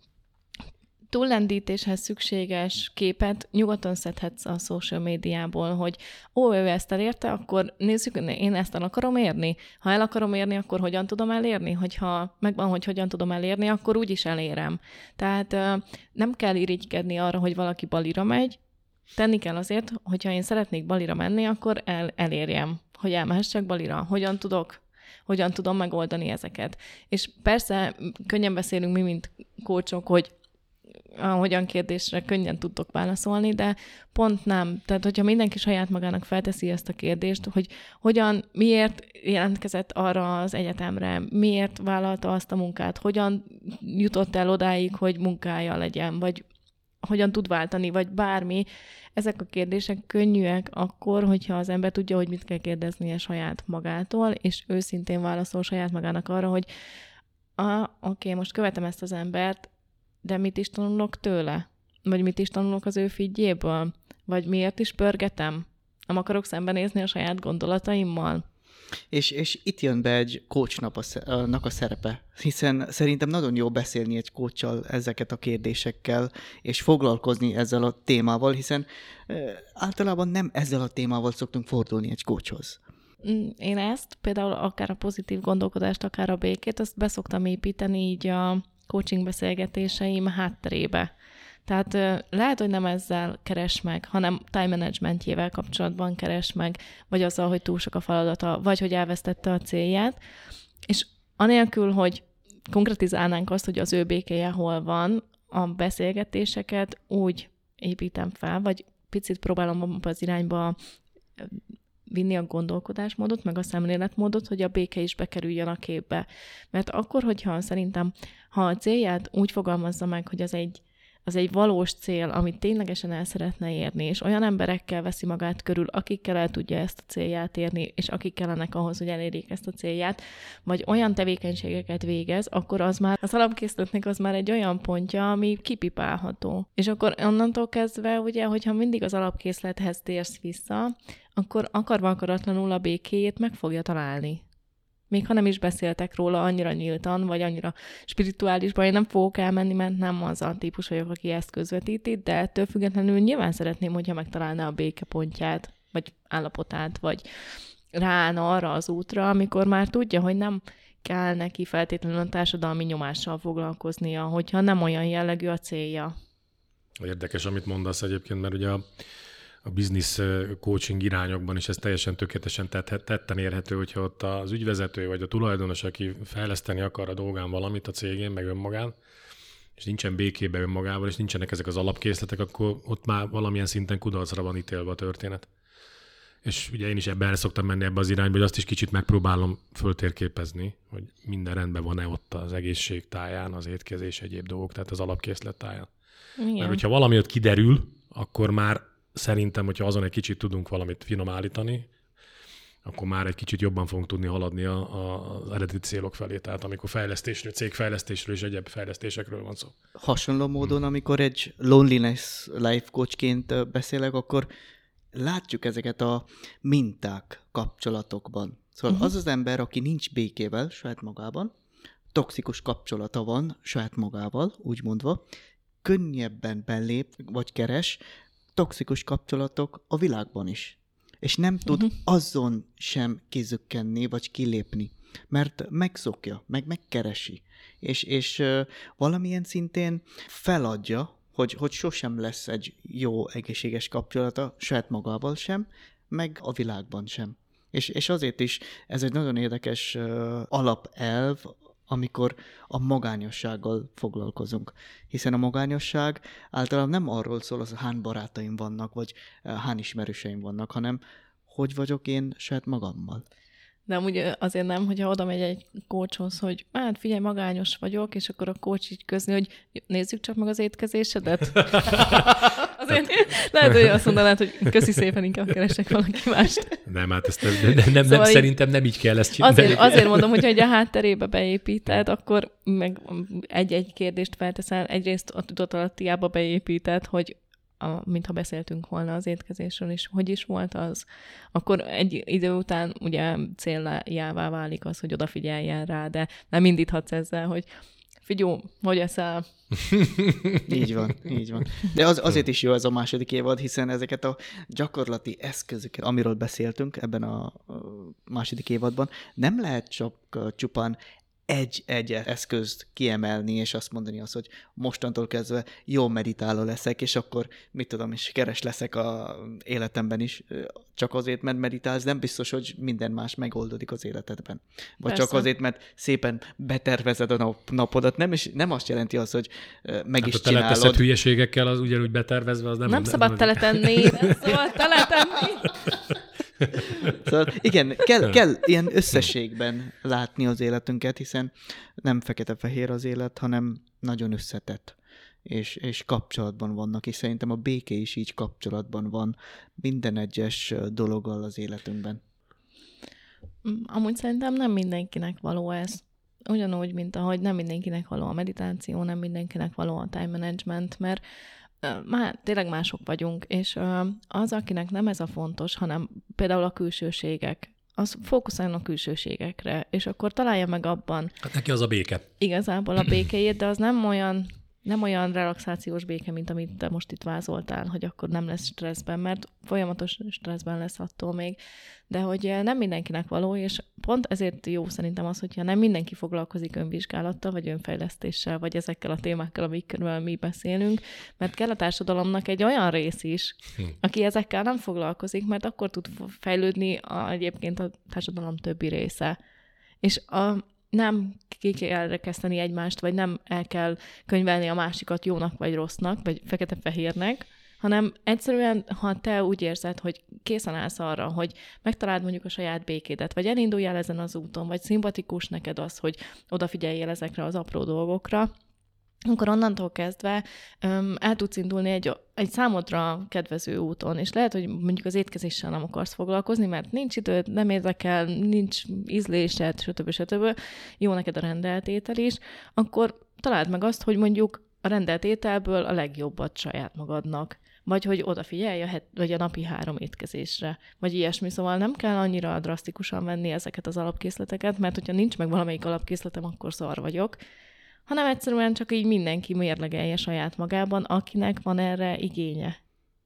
túllendítéshez szükséges képet nyugodtan szedhetsz a social médiából, hogy ó, ő ezt elérte, akkor nézzük, én ezt el akarom érni. Ha el akarom érni, akkor hogyan tudom elérni? Hogyha megvan, hogy hogyan tudom elérni, akkor úgyis elérem. Tehát nem kell irigykedni arra, hogy valaki balira megy, tenni kell azért, hogyha én szeretnék Balira menni, akkor el, elérjem, hogy elmehessek Balira. Hogyan tudok, hogyan tudom megoldani ezeket. És persze könnyen beszélünk mi, mint coachok, hogy a hogyan kérdésre könnyen tudtok válaszolni, de pont nem. Tehát, hogyha mindenki saját magának felteszi ezt a kérdést, hogy hogyan, miért jelentkezett arra az egyetemre, miért vállalta azt a munkát, hogyan jutott el odáig, hogy munkája legyen, vagy hogyan tud váltani, vagy bármi. Ezek a kérdések könnyűek akkor, hogyha az ember tudja, hogy mit kell kérdeznie saját magától, és őszintén válaszol saját magának arra, hogy ah, oké, okay, most követem ezt az embert, de mit is tanulok tőle? Vagy mit is tanulok az ő figyéből? Vagy miért is pörgetem? Nem akarok szembenézni a saját gondolataimmal? És, és itt jön be egy coachnak a, a szerepe, hiszen szerintem nagyon jó beszélni egy coachal ezeket a kérdésekkel, és foglalkozni ezzel a témával, hiszen e, általában nem ezzel a témával szoktunk fordulni egy coachhoz. Én ezt, például akár a pozitív gondolkodást, akár a békét, azt beszoktam építeni így a coaching beszélgetéseim hátterébe. Tehát lehet, hogy nem ezzel keres meg, hanem time managementjével kapcsolatban keres meg, vagy azzal, hogy túl sok a feladata, vagy hogy elvesztette a célját. És anélkül, hogy konkretizálnánk azt, hogy az ő békéje hol van, a beszélgetéseket úgy építem fel, vagy picit próbálom az irányba vinni a gondolkodásmódot, meg a szemléletmódot, hogy a béke is bekerüljön a képbe. Mert akkor, hogyha szerintem, ha a célját úgy fogalmazza meg, hogy az egy, az egy valós cél, amit ténylegesen el szeretne érni, és olyan emberekkel veszi magát körül, akikkel el tudja ezt a célját érni, és akik kellenek ahhoz, hogy elérjék ezt a célját, vagy olyan tevékenységeket végez, akkor az már, az alapkészletnek az már egy olyan pontja, ami kipipálható. És akkor onnantól kezdve, ugye, hogyha mindig az alapkészlethez térsz vissza, akkor akarva akaratlanul a békéjét meg fogja találni. Még ha nem is beszéltek róla annyira nyíltan, vagy annyira spirituálisban, én nem fogok elmenni, mert nem az a típus vagyok, aki ezt közvetíti, de ettől függetlenül nyilván szeretném, hogyha megtalálná a békepontját, vagy állapotát, vagy ráállna arra az útra, amikor már tudja, hogy nem kell neki feltétlenül a társadalmi nyomással foglalkoznia, hogyha nem olyan jellegű a célja. Érdekes, amit mondasz egyébként, mert ugye a a business coaching irányokban is ez teljesen tökéletesen tetten érhető, hogyha ott az ügyvezető vagy a tulajdonos, aki fejleszteni akar a dolgán valamit a cégén, meg önmagán, és nincsen békébe önmagával, és nincsenek ezek az alapkészletek, akkor ott már valamilyen szinten kudarcra van ítélve a történet. És ugye én is ebben el szoktam menni ebbe az irányba, hogy azt is kicsit megpróbálom föltérképezni, hogy minden rendben van-e ott az egészség táján, az étkezés, egyéb dolgok, tehát az alapkészlet táján. Igen. Mert hogyha valami ott kiderül, akkor már szerintem, hogyha azon egy kicsit tudunk valamit finom állítani, akkor már egy kicsit jobban fogunk tudni haladni a, a, az eredeti célok felé. Tehát amikor fejlesztésről, cégfejlesztésről és egyéb fejlesztésekről van szó. Hasonló módon, hmm. amikor egy loneliness life coachként beszélek, akkor látjuk ezeket a minták kapcsolatokban. Szóval uh-huh. az az ember, aki nincs békével saját magában, toxikus kapcsolata van saját magával, úgy mondva, könnyebben belép vagy keres toxikus kapcsolatok a világban is. És nem tud uh-huh. azon sem kizökkenni, vagy kilépni, mert megszokja, meg megkeresi. És, és uh, valamilyen szintén feladja, hogy, hogy sosem lesz egy jó, egészséges kapcsolata saját magával sem, meg a világban sem. És, és azért is ez egy nagyon érdekes uh, alapelv, amikor a magányossággal foglalkozunk. Hiszen a magányosság általában nem arról szól, hogy hány barátaim vannak, vagy hány ismerőseim vannak, hanem hogy vagyok én saját magammal. De amúgy azért nem, hogyha oda megy egy coachhoz, hogy hát figyelj, magányos vagyok, és akkor a coach így közni, hogy nézzük csak meg az étkezésedet. Azért lehet, hogy azt mondanád, hogy köszi szépen, inkább keresek valaki mást. Nem, hát ezt nem, nem, nem, szóval szerintem nem így kell ezt csinálni. Azért, azért mondom, hogy egy a hátterébe beépíted, akkor meg egy-egy kérdést felteszel, egyrészt a tudatalattiába beépíted, hogy A, mintha beszéltünk volna az étkezésről is, hogy is volt az, akkor egy idő után ugye céljává válik az, hogy odafigyeljen rá, de nem indíthatsz ezzel, hogy figyelj, hogy eszel? Így van, így van. De az, azért is jó ez a második évad, hiszen ezeket a gyakorlati eszközöket, amiről beszéltünk ebben a második évadban, nem lehet csak csupán egy-egy eszközt kiemelni, és azt mondani azt, hogy mostantól kezdve jó meditáló leszek, és akkor, mit tudom, és sikeres leszek a életemben is, csak azért, mert meditálsz, nem biztos, hogy minden más megoldódik az életedben. Vagy Persze. csak azért, mert szépen betervezed a nap, napodat, nem, és nem azt jelenti az, hogy meg hát is csinálod. Hát teleteszed hülyeségekkel, az ugyanúgy betervezve, az nem... Nem szabad nem teletenni, nem szabad teletenni. Szóval igen, kell, kell ilyen összességben látni az életünket, hiszen nem fekete-fehér az élet, hanem nagyon összetett, és, és kapcsolatban vannak, és szerintem a béke is így kapcsolatban van minden egyes dologgal az életünkben. Amúgy szerintem nem mindenkinek való ez. Ugyanúgy, mint ahogy nem mindenkinek való a meditáció, nem mindenkinek való a time management, mert már tényleg mások vagyunk, és az, akinek nem ez a fontos, hanem például a külsőségek, az fókuszáljon a külsőségekre, és akkor találja meg abban. Hát neki az a béke. Igazából a békéjét, de az nem olyan, nem olyan relaxációs béke, mint amit te most itt vázoltál, hogy akkor nem lesz stresszben, mert folyamatos stresszben lesz attól még, de hogy nem mindenkinek való, és pont ezért jó szerintem az, hogyha nem mindenki foglalkozik önvizsgálattal, vagy önfejlesztéssel, vagy ezekkel a témákkal, amikről mi beszélünk, mert kell a társadalomnak egy olyan rész is, hm. aki ezekkel nem foglalkozik, mert akkor tud fejlődni a, egyébként a társadalom többi része. És a nem ki kell rekeszteni egymást, vagy nem el kell könyvelni a másikat jónak vagy rossznak, vagy fekete-fehérnek, hanem egyszerűen, ha te úgy érzed, hogy készen állsz arra, hogy megtaláld mondjuk a saját békédet, vagy elinduljál ezen az úton, vagy szimpatikus neked az, hogy odafigyeljél ezekre az apró dolgokra, akkor onnantól kezdve um, el tudsz indulni egy, egy számodra kedvező úton, és lehet, hogy mondjuk az étkezéssel nem akarsz foglalkozni, mert nincs időd, nem érdekel, nincs ízlésed, stb. stb. Jó neked a rendelt étel is, akkor találd meg azt, hogy mondjuk a rendelt ételből a legjobbat saját magadnak, vagy hogy odafigyelj a, het, vagy a napi három étkezésre, vagy ilyesmi. Szóval nem kell annyira drasztikusan venni ezeket az alapkészleteket, mert hogyha nincs meg valamelyik alapkészletem, akkor szar vagyok, hanem egyszerűen csak így mindenki mérlegelje saját magában, akinek van erre igénye.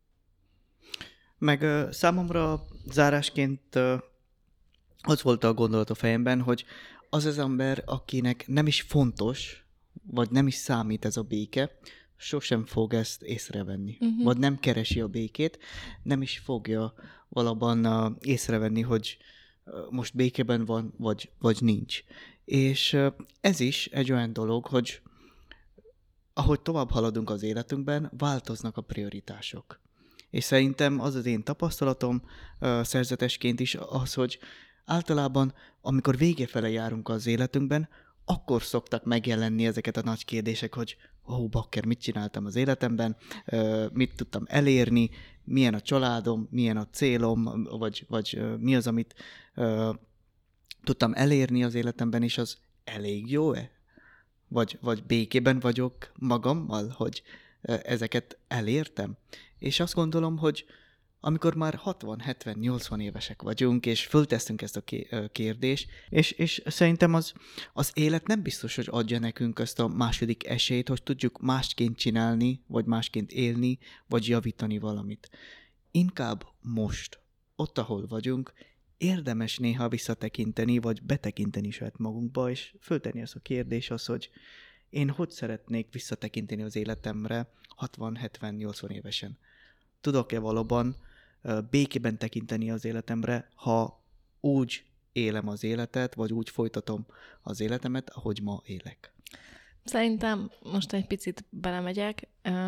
Meg uh, számomra zárásként uh, az volt a gondolat a fejemben, hogy az az ember, akinek nem is fontos, vagy nem is számít ez a béke, sosem fog ezt észrevenni. Uh-huh. Vagy nem keresi a békét, nem is fogja valóban uh, észrevenni, hogy uh, most békében van, vagy, vagy nincs. És uh, ez is egy olyan dolog, hogy ahogy tovább haladunk az életünkben, változnak a prioritások. És szerintem az az én tapasztalatom uh, szerzetesként is az, hogy általában, amikor végefele járunk az életünkben, akkor szoktak megjelenni ezeket a nagy kérdések, hogy ó, oh, bakker, mit csináltam az életemben, mit tudtam elérni, milyen a családom, milyen a célom, vagy, vagy mi az, amit uh, tudtam elérni az életemben, és az elég jó-e? Vagy, vagy békében vagyok magammal, hogy uh, ezeket elértem? És azt gondolom, hogy amikor már hatvan, hetven, nyolcvan évesek vagyunk, és föltesszünk ezt a kérdést, és, és szerintem az, az élet nem biztos, hogy adja nekünk ezt a második esélyt, hogy tudjuk másként csinálni, vagy másként élni, vagy javítani valamit. Inkább most, ott, ahol vagyunk, érdemes néha visszatekinteni, vagy betekinteni saját magunkba, és föltenni ezt a kérdést az, hogy én hogy szeretnék visszatekinteni az életemre hatvan, hetven, nyolcvan évesen. Tudok-e valóban békében tekinteni az életemre, ha úgy élem az életet, vagy úgy folytatom az életemet, ahogy ma élek? Szerintem most egy picit belemegyek.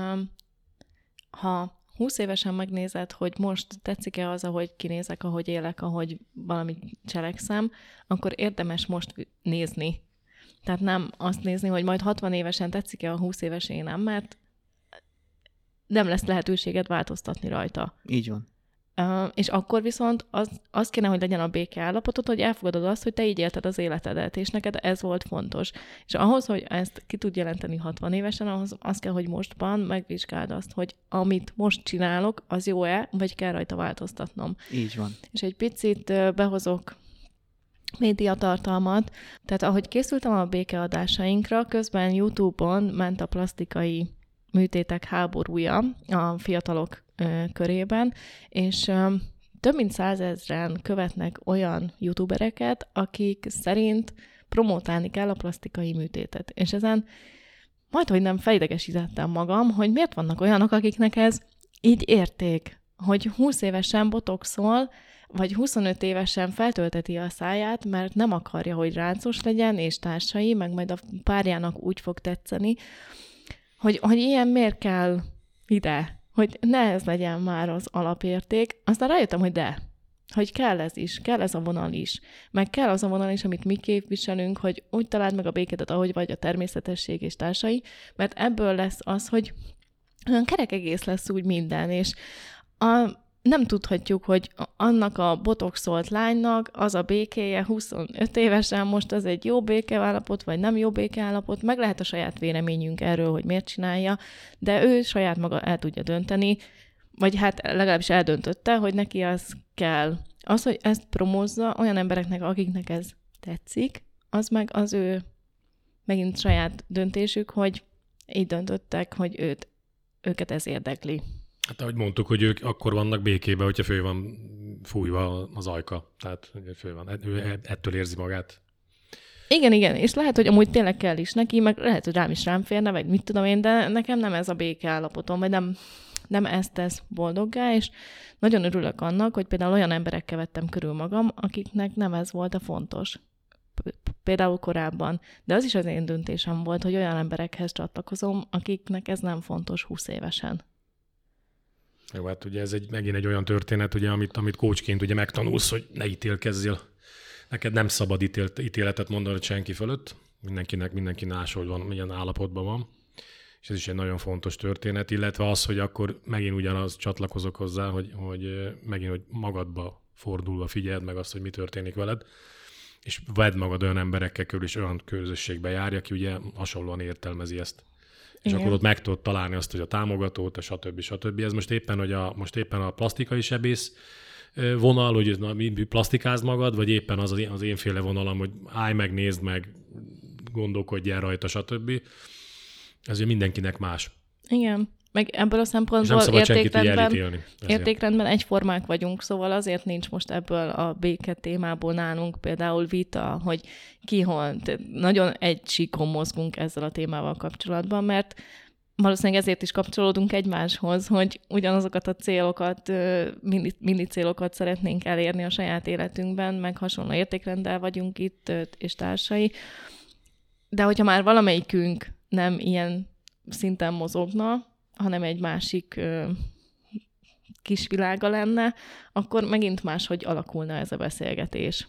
Ha húsz évesen megnézed, hogy most tetszik-e az, ahogy kinézek, ahogy élek, ahogy valamit cselekszem, akkor érdemes most nézni. Tehát nem azt nézni, hogy majd hatvan évesen tetszik-e a húsz éves énem, mert nem lesz lehetőséged változtatni rajta. Így van. Uh, és akkor viszont az, az kéne, hogy legyen a béke állapotod, hogy elfogadod azt, hogy te így élted az életedet, és neked ez volt fontos. És ahhoz, hogy ezt ki tud jelenteni hatvan évesen, ahhoz az kell, hogy mostban megvizsgáld azt, hogy amit most csinálok, az jó-e, vagy kell rajta változtatnom. Így van. És egy picit uh, behozok médiatartalmat. Tehát ahogy készültem a békeadásainkra, közben YouTube-on ment a plasztikai műtétek háborúja a fiatalok ö, körében, és ö, több mint százezren követnek olyan youtubereket, akik szerint promotálni kell a plasztikai műtétet. És ezen majdhogy nem fejlegesítettem magam, hogy miért vannak olyanok, akiknek ez így érték, hogy húsz évesen botoxol, vagy huszonöt évesen feltölteti a száját, mert nem akarja, hogy ráncos legyen, és társai, meg majd a párjának úgy fog tetszeni, hogy, hogy ilyen miért kell ide, hogy ne ez legyen már az alapérték. Aztán rájöttem, hogy de, hogy kell ez is, kell ez a vonal is, meg kell az a vonal is, amit mi képviselünk, hogy úgy találd meg a békédet, ahogy vagy, a természetesség és társai, mert ebből lesz az, hogy olyan kerek egész lesz úgy minden, és a, nem tudhatjuk, hogy annak a botoxolt lánynak az a békéje huszonöt évesen most az egy jó békeállapot, vagy nem jó békeállapot, meg lehet a saját véleményünk erről, hogy miért csinálja, de ő saját maga el tudja dönteni, vagy hát legalábbis eldöntötte, hogy neki az kell. Az, hogy ezt promózza olyan embereknek, akiknek ez tetszik, az meg az ő megint saját döntésük, hogy így döntöttek, hogy őt, őket ez érdekli. Hát ahogy mondtuk, hogy ők akkor vannak békében, hogyha föl van fújva az ajka. Tehát föl van, ő ettől érzi magát. Igen, igen, és lehet, hogy amúgy tényleg kell is neki, meg lehet, hogy rám is rám férne, vagy mit tudom én, de nekem nem ez a béke állapotom, vagy nem, nem ezt tesz boldoggá, és nagyon örülök annak, hogy például olyan emberekkel vettem körül magam, akiknek nem ez volt a fontos. Például korábban. De az is az én döntésem volt, hogy olyan emberekhez csatlakozom, akiknek ez nem fontos húsz évesen. Jó, hát ugye ez egy, megint egy olyan történet, ugye, amit, amit coachként ugye megtanulsz, hogy ne ítélkezzél. Neked nem szabad ítélt, ítéletet mondani senki fölött. Mindenkinek, mindenki máshogy van, milyen állapotban van. És ez is egy nagyon fontos történet, illetve az, hogy akkor megint ugyanaz csatlakozok hozzá, hogy, hogy megint, hogy magadba fordulva figyeld meg azt, hogy mi történik veled, és vedd magad olyan emberekkel körül, és olyan közösségbe járj, aki ugye hasonlóan értelmezi ezt. És igen. Akkor ott meg tudod találni azt, hogy a támogatót, a stb. stb. Ez most éppen, hogy a, most éppen a plastikai sebész vonal, hogy na, plastikázd magad, vagy éppen az az énféle vonalam, hogy állj meg, nézd meg, gondolkodjál rajta, stb. Ez ugye mindenkinek más. Igen. Meg ebből a szempontból értékrendben, értékrendben egyformák vagyunk, szóval azért nincs most ebből a béke témából nálunk például vita, hogy ki hol. Nagyon egy síkon mozgunk ezzel a témával kapcsolatban, mert valószínűleg ezért is kapcsolódunk egymáshoz, hogy ugyanazokat a célokat, mini, mini célokat szeretnénk elérni a saját életünkben, meg hasonló értékrenddel vagyunk itt, és társai. De hogyha már valamelyikünk nem ilyen szinten mozogna, hanem egy másik ö, kis világa lenne, akkor megint máshogy alakulna ez a beszélgetés.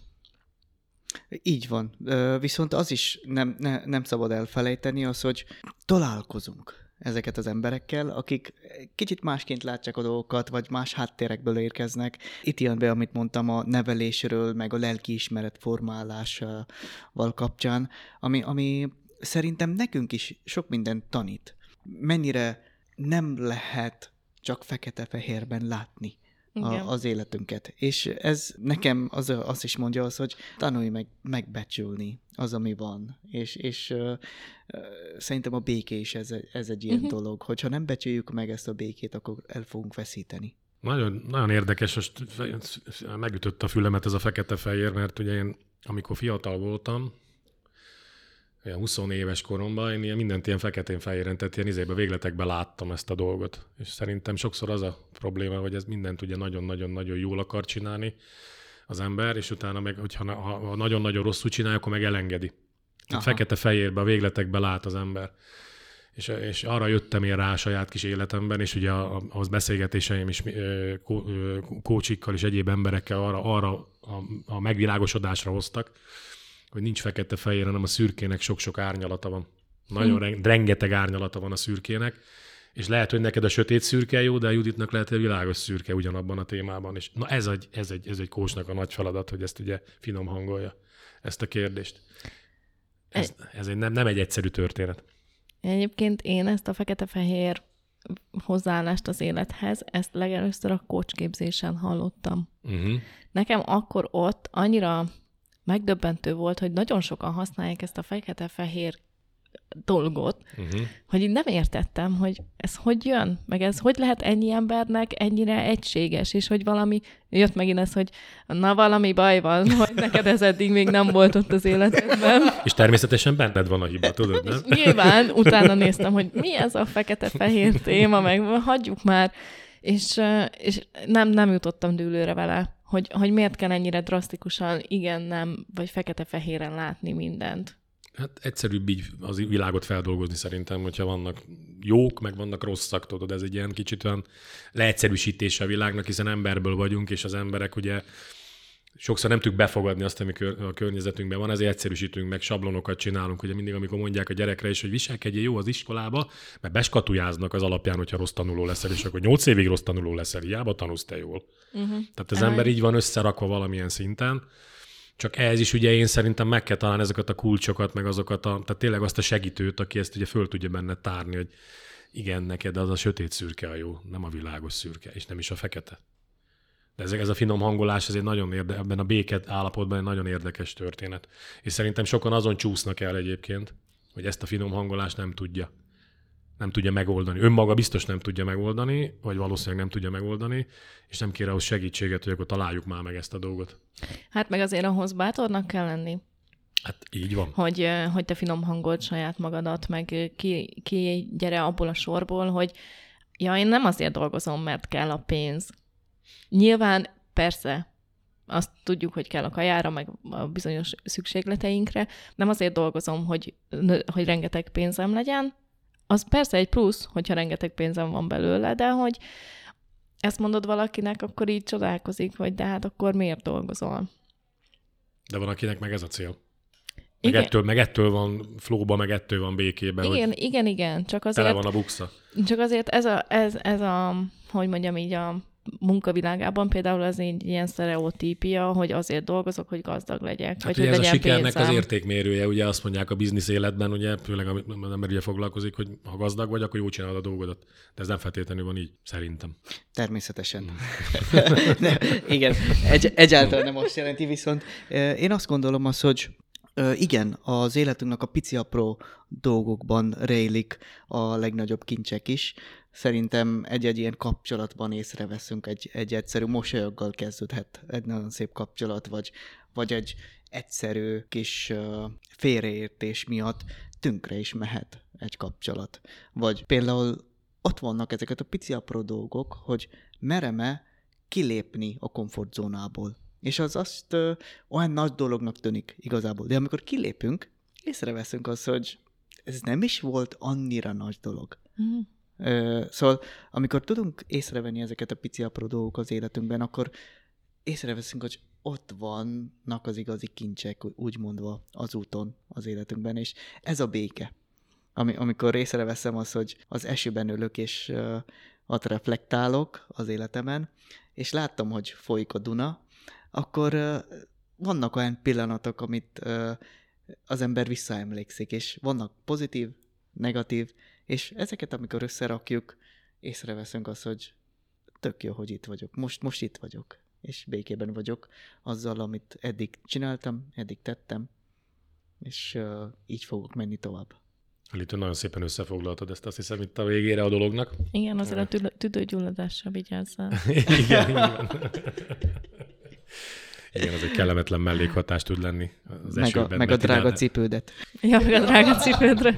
Így van. Viszont az is nem, ne, nem szabad elfelejteni az, hogy találkozunk ezeket az emberekkel, akik kicsit másként látják a dolgokat, vagy más háttérekből érkeznek. Itt jön be, amit mondtam a nevelésről, meg a lelkiismeret formálásával kapcsán, ami, ami szerintem nekünk is sok mindent tanít. Mennyire nem lehet csak fekete-fehérben látni a, az életünket. És ez nekem az, az is mondja az, hogy tanulj meg megbecsülni az, ami van. És, és uh, uh, szerintem a béké is ez, ez egy ilyen uh-huh. dolog. Hogyha nem becsüljük meg ezt a békét, akkor el fogunk veszíteni. Nagyon, nagyon érdekes, most megütött a fülemet ez a fekete-fehér, mert ugye én, amikor fiatal voltam, olyan húsz éves koromban én ilyen mindent ilyen feketén-fehéren, tehát ilyen izébe, végletekben láttam ezt a dolgot. És szerintem sokszor az a probléma, hogy ez mindent ugye nagyon-nagyon-nagyon jól akar csinálni az ember, és utána meg, hogyha ha nagyon-nagyon rosszul csinálja, akkor meg elengedi. Fekete-fehérbe, a végletekben lát az ember. És, és arra jöttem én rá a saját kis életemben, és ugye az beszélgetéseim is kócsikkal és egyéb emberekkel arra, arra a, a megvilágosodásra hoztak, hogy nincs fekete-fehér, hanem a szürkének sok-sok árnyalata van. Nagyon hmm. rengeteg árnyalata van a szürkének, és lehet, hogy neked a sötét szürke jó, de a Juditnak lehet, hogy világos szürke ugyanabban a témában. És na ez egy, ez egy, ez egy kócsnak a nagy feladat, hogy ezt ugye finom hangolja, ezt a kérdést. Ez, ez egy, nem, nem egy egyszerű történet. Egyébként én ezt a fekete-fehér hozzáállást az élethez, ezt legelőször a kócsképzésen hallottam. Uh-huh. Nekem akkor ott annyira megdöbbentő volt, hogy nagyon sokan használják ezt a fekete-fehér dolgot, uh-huh. hogy így nem értettem, hogy ez hogy jön, meg ez hogy lehet ennyi embernek ennyire egységes, és hogy valami, jött megint ez, hogy na valami baj van, hogy neked ez eddig még nem volt ott az életedben. És természetesen benned van a hiba, tudod, nem? És nyilván utána néztem, hogy mi ez a fekete-fehér téma, meg hagyjuk már, és, és nem, nem jutottam dűlőre vele, hogy, hogy miért kell ennyire drasztikusan igen, nem, vagy fekete-fehéren látni mindent. Hát egyszerűbb így az világot feldolgozni szerintem, hogyha vannak jók, meg vannak rosszak, tudod, ez egy ilyen kicsit olyan leegyszerűsítése a világnak, hiszen emberből vagyunk, és az emberek ugye sokszor nem tudjuk befogadni azt, ami a környezetünkben van, ezért egyszerűsítünk, meg sablonokat csinálunk, ugye mindig, amikor mondják a gyerekre is, hogy viselkedjél jó az iskolába, mert beskatujáznak az alapján, hogyha rossz tanuló leszel, és akkor nyolc évig rossz tanuló leszel, hiába tanulsz te jól. Uh-huh. Tehát az Aj. ember így van összerakva valamilyen szinten, csak ehhez is ugye én szerintem meg kell találni ezeket a kulcsokat, meg azokat a, tehát tényleg azt a segítőt, aki ezt ugye föl tudja benne tárni, hogy igen, neked az a sötét szürke a jó, nem a világos szürke, és nem is a fekete. De ez, ez a finom hangolás, ez egy nagyon érde, ebben a béket állapotban egy nagyon érdekes történet. És szerintem sokan azon csúsznak el egyébként, hogy ezt a finom hangolást nem tudja. Nem tudja megoldani. Önmaga biztos nem tudja megoldani, vagy valószínűleg nem tudja megoldani, és nem kér ahhoz segítséget, hogy akkor találjuk már meg ezt a dolgot. Hát meg azért ahhoz bátornak kell lenni. Hát így van. Hogy, hogy te finom hangold saját magadat, meg ki, ki gyere abból a sorból, hogy ja, én nem azért dolgozom, mert kell a pénz. Nyilván persze, azt tudjuk, hogy kell a kajára, meg a bizonyos szükségleteinkre, nem azért dolgozom, hogy, hogy rengeteg pénzem legyen. Az persze egy plusz, hogyha rengeteg pénzem van belőle, de hogy ezt mondod valakinek, akkor így csodálkozik, hogy de hát akkor miért dolgozol? De van, akinek meg ez a cél. Meg ettől, meg ettől van flóba, meg ettől van békében. Igen, hogy igen, igen. Csak azért, tele van a buksa. Csak azért ez a, ez, ez a, hogy mondjam így a munkavilágában például az egy ilyen sztereotípia, hogy azért dolgozok, hogy gazdag legyek. Hát vagy ugye hogy ez a sikernek pénzem. Az értékmérője, ugye azt mondják a biznisz életben, ugye, főleg az ember ugye foglalkozik, hogy ha gazdag vagy, akkor jól csinálod a dolgodat. De ez nem feltétlenül van így, szerintem. Természetesen. ne, igen, egy, egyáltalán nem azt jelenti, viszont én azt gondolom az, hogy igen, az életünknek a pici apró dolgokban rejlik a legnagyobb kincsek is. Szerintem egy-egy ilyen kapcsolatban észreveszünk, egy, egy egyszerű mosolyoggal kezdődhet egy nagyon szép kapcsolat, vagy, vagy egy egyszerű kis uh, félreértés miatt tönkre is mehet egy kapcsolat. Vagy például ott vannak ezeket a pici apró dolgok, hogy merem-e kilépni a komfortzónából. És az azt uh, olyan nagy dolognak tűnik igazából. De amikor kilépünk, észreveszünk azt, hogy ez nem is volt annyira nagy dolog. Mm. Uh, szóval, amikor tudunk észrevenni ezeket a pici apró dolgok az életünkben, akkor észreveszünk, hogy ott vannak az igazi kincsek, úgy mondva, az úton az életünkben, és ez a béke. Ami, amikor észreveszem az, hogy az esőben ülök, és uh, ott reflektálok az életemen, és láttam, hogy folyik a Duna, akkor uh, vannak olyan pillanatok, amit uh, az ember visszaemlékszik, és vannak pozitív, negatív, és ezeket, amikor összerakjuk, észreveszünk azt, hogy tök jó, hogy itt vagyok. Most, most itt vagyok, és békében vagyok azzal, amit eddig csináltam, eddig tettem, és uh, így fogok menni tovább. Lítő, nagyon szépen összefoglaltad ezt, azt hiszem, itt a végére a dolognak. Igen, azért a tüdő, tüdőgyulladással vigyázzál. Igen, igen. Igen, az egy kellemetlen mellékhatás tud lenni az meg esőben. A, meg a drága ide... cipődet. Ja, meg a drága cipődre.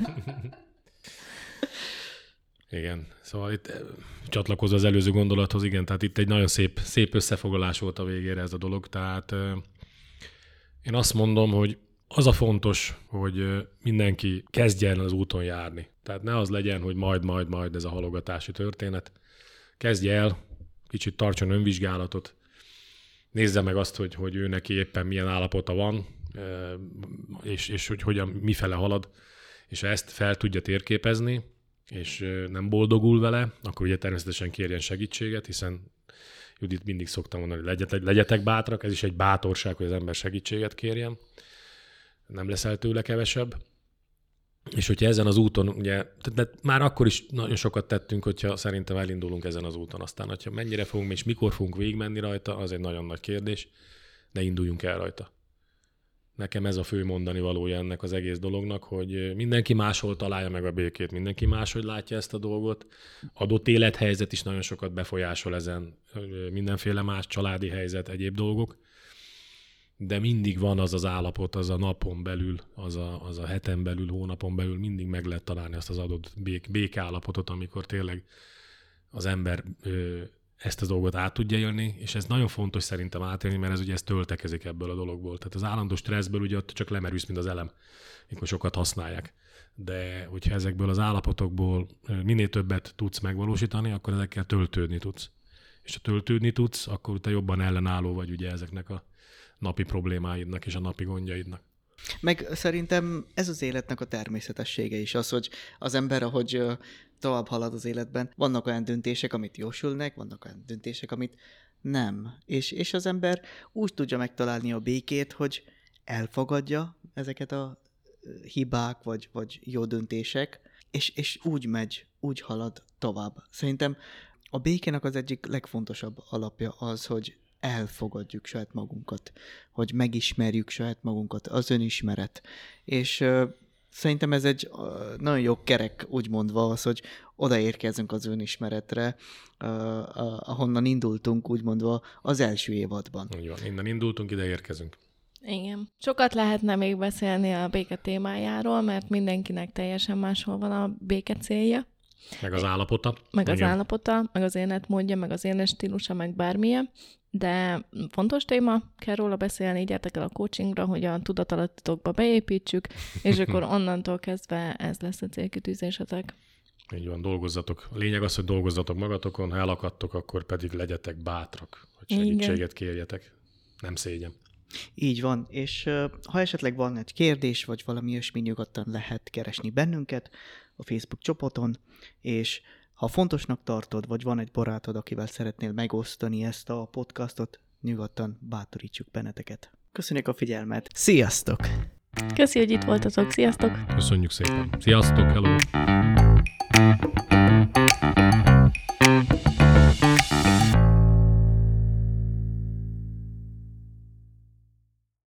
Igen, szóval itt csatlakozva az előző gondolathoz, igen, tehát itt egy nagyon szép, szép összefoglalás volt a végére ez a dolog, tehát én azt mondom, hogy az a fontos, hogy mindenki kezdjen az úton járni. Tehát ne az legyen, hogy majd, majd, majd ez a halogatási történet. Kezdje el, kicsit tartson önvizsgálatot, nézze meg azt, hogy, hogy ő neki éppen milyen állapota van, és, és hogy hogyan, mifele halad, és ha ezt fel tudja térképezni, és nem boldogul vele, akkor ugye természetesen kérjen segítséget, hiszen Judit mindig szoktam mondani, hogy legyetek, legyetek bátrak, ez is egy bátorság, hogy az ember segítséget kérjen. Nem leszel tőle kevesebb. És hogyha ezen az úton, ugye, de már akkor is nagyon sokat tettünk, hogyha szerintem elindulunk ezen az úton. Aztán, hogyha mennyire fogunk és mikor fogunk végigmenni rajta, az egy nagyon nagy kérdés, de induljunk el rajta. Nekem ez a fő mondani valója ennek az egész dolognak, hogy mindenki máshol találja meg a békét, mindenki máshogy látja ezt a dolgot. Adott élethelyzet is nagyon sokat befolyásol ezen, mindenféle más családi helyzet, egyéb dolgok, de mindig van az az állapot, az a napon belül, az a, az a heten belül, hónapon belül, mindig meg lehet találni azt az adott bék, békállapotot, amikor tényleg az ember ö, ezt a dolgot át tudja élni, és ez nagyon fontos szerintem átélni, mert ez ugye ez töltekezik ebből a dologból. Tehát az állandó stresszből ugye ott csak lemerülsz, mint az elem, mikor sokat használják. De hogyha ezekből az állapotokból minél többet tudsz megvalósítani, akkor ezekkel töltődni tudsz. És ha töltődni tudsz, akkor te jobban ellenálló vagy ugye ezeknek a napi problémáidnak és a napi gondjaidnak. Meg szerintem ez az életnek a természetessége is az, hogy az ember, ahogy tovább halad az életben, vannak olyan döntések, amit jósülnek, vannak olyan döntések, amit nem. És, és az ember úgy tudja megtalálni a békét, hogy elfogadja ezeket a hibák, vagy, vagy jó döntések, és, és úgy megy, úgy halad tovább. Szerintem a békének az egyik legfontosabb alapja az, hogy elfogadjuk saját magunkat, hogy megismerjük saját magunkat, az önismeret. És uh, szerintem ez egy uh, nagyon jó kerek, úgy mondva az, hogy odaérkezünk az önismeretre, uh, uh, ahonnan indultunk, úgy mondva, az első évadban. Úgy van, innen indultunk, ide érkezünk. Igen. Sokat lehetne még beszélni a béke témájáról, mert mindenkinek teljesen máshol van a béke célja. Meg az állapota. Meg Igen. az állapota, meg az életmódja, meg az életstílusa, meg bármilyen. De fontos téma, kell róla beszélni, így gyertek el a coachingra, hogy a tudatalatitokba beépítsük, és akkor onnantól kezdve ez lesz a célkitűzésetek. Így van, dolgozzatok. A lényeg az, hogy dolgozzatok magatokon, ha elakadtok, akkor pedig legyetek bátrak, hogy segítséget Igen. kérjetek. Nem szégyen. Így van, és uh, ha esetleg van egy kérdés, vagy valami ilyesmi, nyugodtan lehet keresni bennünket a Facebook csoporton, és ha fontosnak tartod, vagy van egy barátod, akivel szeretnél megosztani ezt a podcastot, nyugodtan bátorítsuk benneteket. Köszönjük a figyelmet! Sziasztok! Köszi, hogy itt voltatok. Sziasztok! Köszönjük szépen! Sziasztok! Hello!